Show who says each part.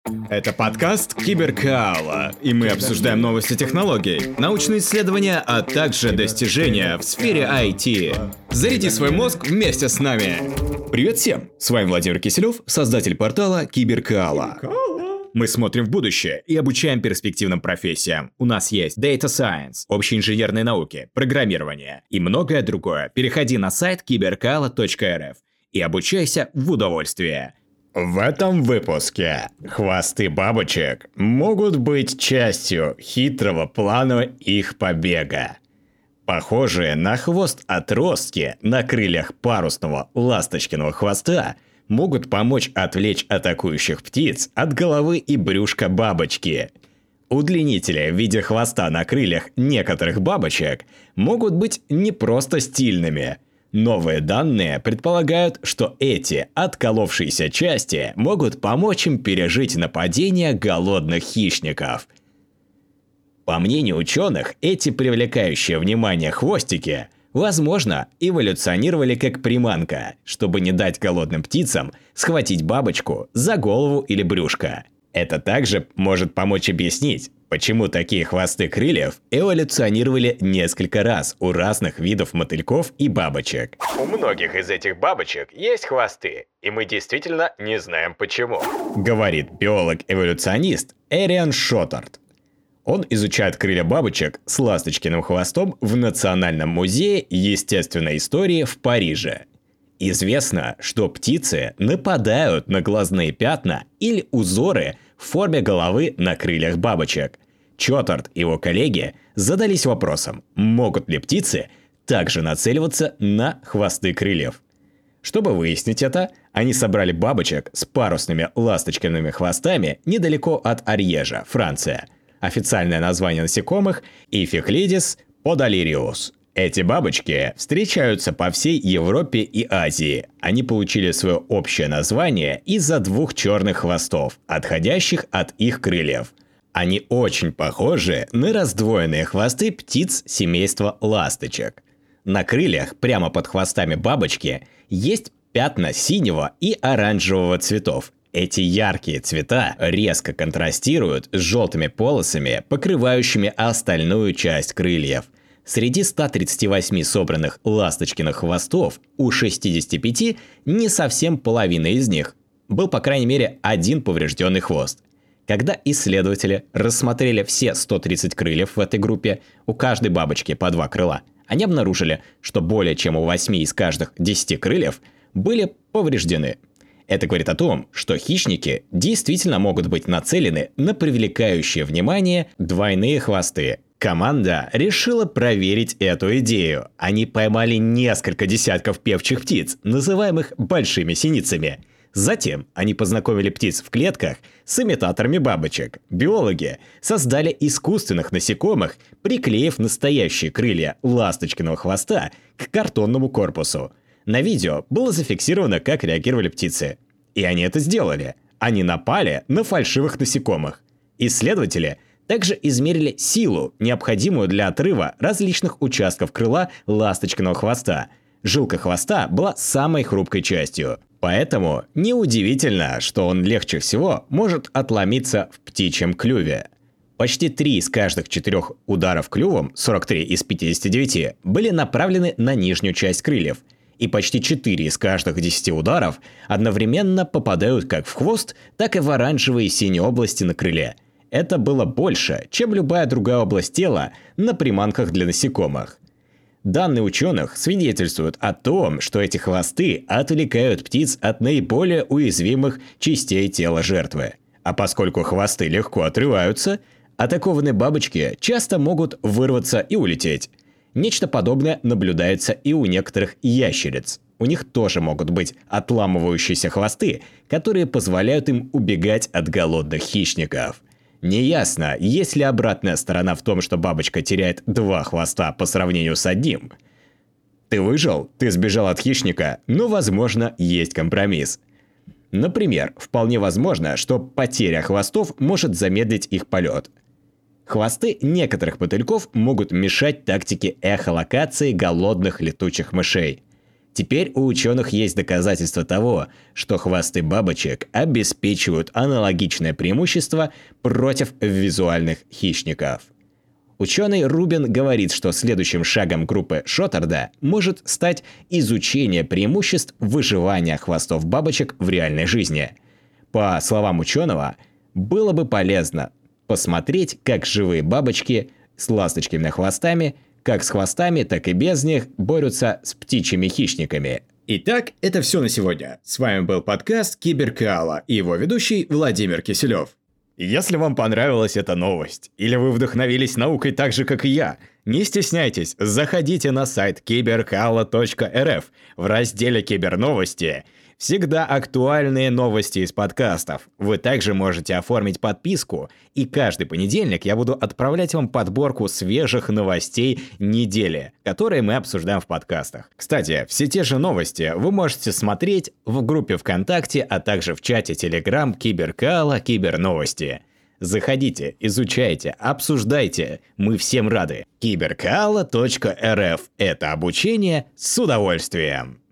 Speaker 1: Это подкаст Киберкаала, и мы обсуждаем новости технологий, научные исследования, а также достижения в сфере IT. Заряди свой мозг вместе с нами. Привет всем! С вами Владимир Киселев, создатель портала Киберкаала. Мы смотрим в будущее и обучаем перспективным профессиям. У нас есть Data Science, общие инженерные науки, программирование и многое другое. Переходи на сайт kiberkala.rf и обучайся в удовольствие. В этом выпуске хвосты бабочек могут быть частью хитрого плана их побега. Похожие на хвост отростки на крыльях парусного ласточкиного хвоста могут помочь отвлечь атакующих птиц от головы и брюшка бабочки. Удлинители в виде хвоста на крыльях некоторых бабочек могут быть не просто стильными. Новые данные предполагают, что эти отколовшиеся части могут помочь им пережить нападение голодных хищников. По мнению ученых, эти привлекающие внимание хвостики, возможно, эволюционировали как приманка, чтобы не дать голодным птицам схватить бабочку за голову или брюшко. Это также может помочь объяснить, почему такие хвосты крыльев эволюционировали несколько раз у разных видов мотыльков и бабочек. У многих из этих бабочек есть хвосты, и мы действительно не знаем почему, говорит биолог-эволюционист Эриан Шотард. Он изучает крылья бабочек с ласточкиным хвостом в Национальном музее естественной истории в Париже. Известно, что птицы нападают на глазные пятна или узоры в форме головы на крыльях бабочек. Чотард и его коллеги задались вопросом, могут ли птицы также нацеливаться на хвосты крыльев. Чтобы выяснить это, они собрали бабочек с парусными ласточкиными хвостами недалеко от Арьежа, Франция. Официальное название насекомых – Ифихлидис подалириус. Эти бабочки встречаются по всей Европе и Азии. Они получили свое общее название из-за двух черных хвостов, отходящих от их крыльев. Они очень похожи на раздвоенные хвосты птиц семейства ласточек. На крыльях, прямо под хвостами бабочки, есть пятна синего и оранжевого цветов. Эти яркие цвета резко контрастируют с желтыми полосами, покрывающими остальную часть крыльев. Среди 138 собранных ласточкиных хвостов у 65 не совсем половина из них был, по крайней мере, один поврежденный хвост. Когда исследователи рассмотрели все 130 крыльев в этой группе, у каждой бабочки по 2 крыла, они обнаружили, что более чем у 8 из каждых 10 крыльев были повреждены. Это говорит о том, что хищники действительно могут быть нацелены на привлекающие внимание двойные хвосты. Команда решила проверить эту идею. Они поймали несколько десятков певчих птиц, называемых большими синицами. Затем они познакомили птиц в клетках с имитаторами бабочек. Биологи создали искусственных насекомых, приклеив настоящие крылья ласточкиного хвоста к картонному корпусу. На видео было зафиксировано, как реагировали птицы. И они это сделали. Они напали на фальшивых насекомых. Исследователи также измерили силу, необходимую для отрыва различных участков крыла ласточкиного хвоста. Жилка хвоста была самой хрупкой частью. Поэтому неудивительно, что он легче всего может отломиться в птичьем клюве. Почти 3 из каждых 4 ударов клювом, 43 из 59, были направлены на нижнюю часть крыльев. И почти 4 из каждых 10 ударов одновременно попадают как в хвост, так и в оранжевые и синие области на крыле. Это было больше, чем любая другая область тела на приманках для насекомых. Данные ученых свидетельствуют о том, что эти хвосты отвлекают птиц от наиболее уязвимых частей тела жертвы. А поскольку хвосты легко отрываются, атакованные бабочки часто могут вырваться и улететь. Нечто подобное наблюдается и у некоторых ящериц. У них тоже могут быть отламывающиеся хвосты, которые позволяют им убегать от голодных хищников. Неясно, есть ли обратная сторона в том, что бабочка теряет 2 хвоста по сравнению с одним. Ты выжил, ты сбежал от хищника, но, возможно, есть компромисс. Например, вполне возможно, что потеря хвостов может замедлить их полет. Хвосты некоторых мотыльков могут мешать тактике эхолокации голодных летучих мышей.
Speaker 2: Теперь у ученых есть доказательства того, что хвосты бабочек обеспечивают аналогичное преимущество против визуальных хищников. Ученый Рубин говорит, что следующим шагом группы Шотарда может стать изучение преимуществ выживания хвостов бабочек в реальной жизни. По словам ученого, было бы полезно посмотреть, как живые бабочки с ласточками хвостами, как с хвостами, так и без них, борются с птичьими хищниками.
Speaker 1: Итак, это все на сегодня. С вами был подкаст Киберкаала и его ведущий Владимир Киселев. Если вам понравилась эта новость, или вы вдохновились наукой так же, как и я, не стесняйтесь, заходите на сайт киберкаала.рф в разделе «Киберновости». Всегда актуальные новости из подкастов. Вы также можете оформить подписку, и каждый понедельник я буду отправлять вам подборку свежих новостей недели, которые мы обсуждаем в подкастах. Кстати, все те же новости вы можете смотреть в группе ВКонтакте, а также в чате Telegram Киберкаала Киберновости. Заходите, изучайте, обсуждайте. Мы всем рады. Киберкаала.рф – это обучение с удовольствием.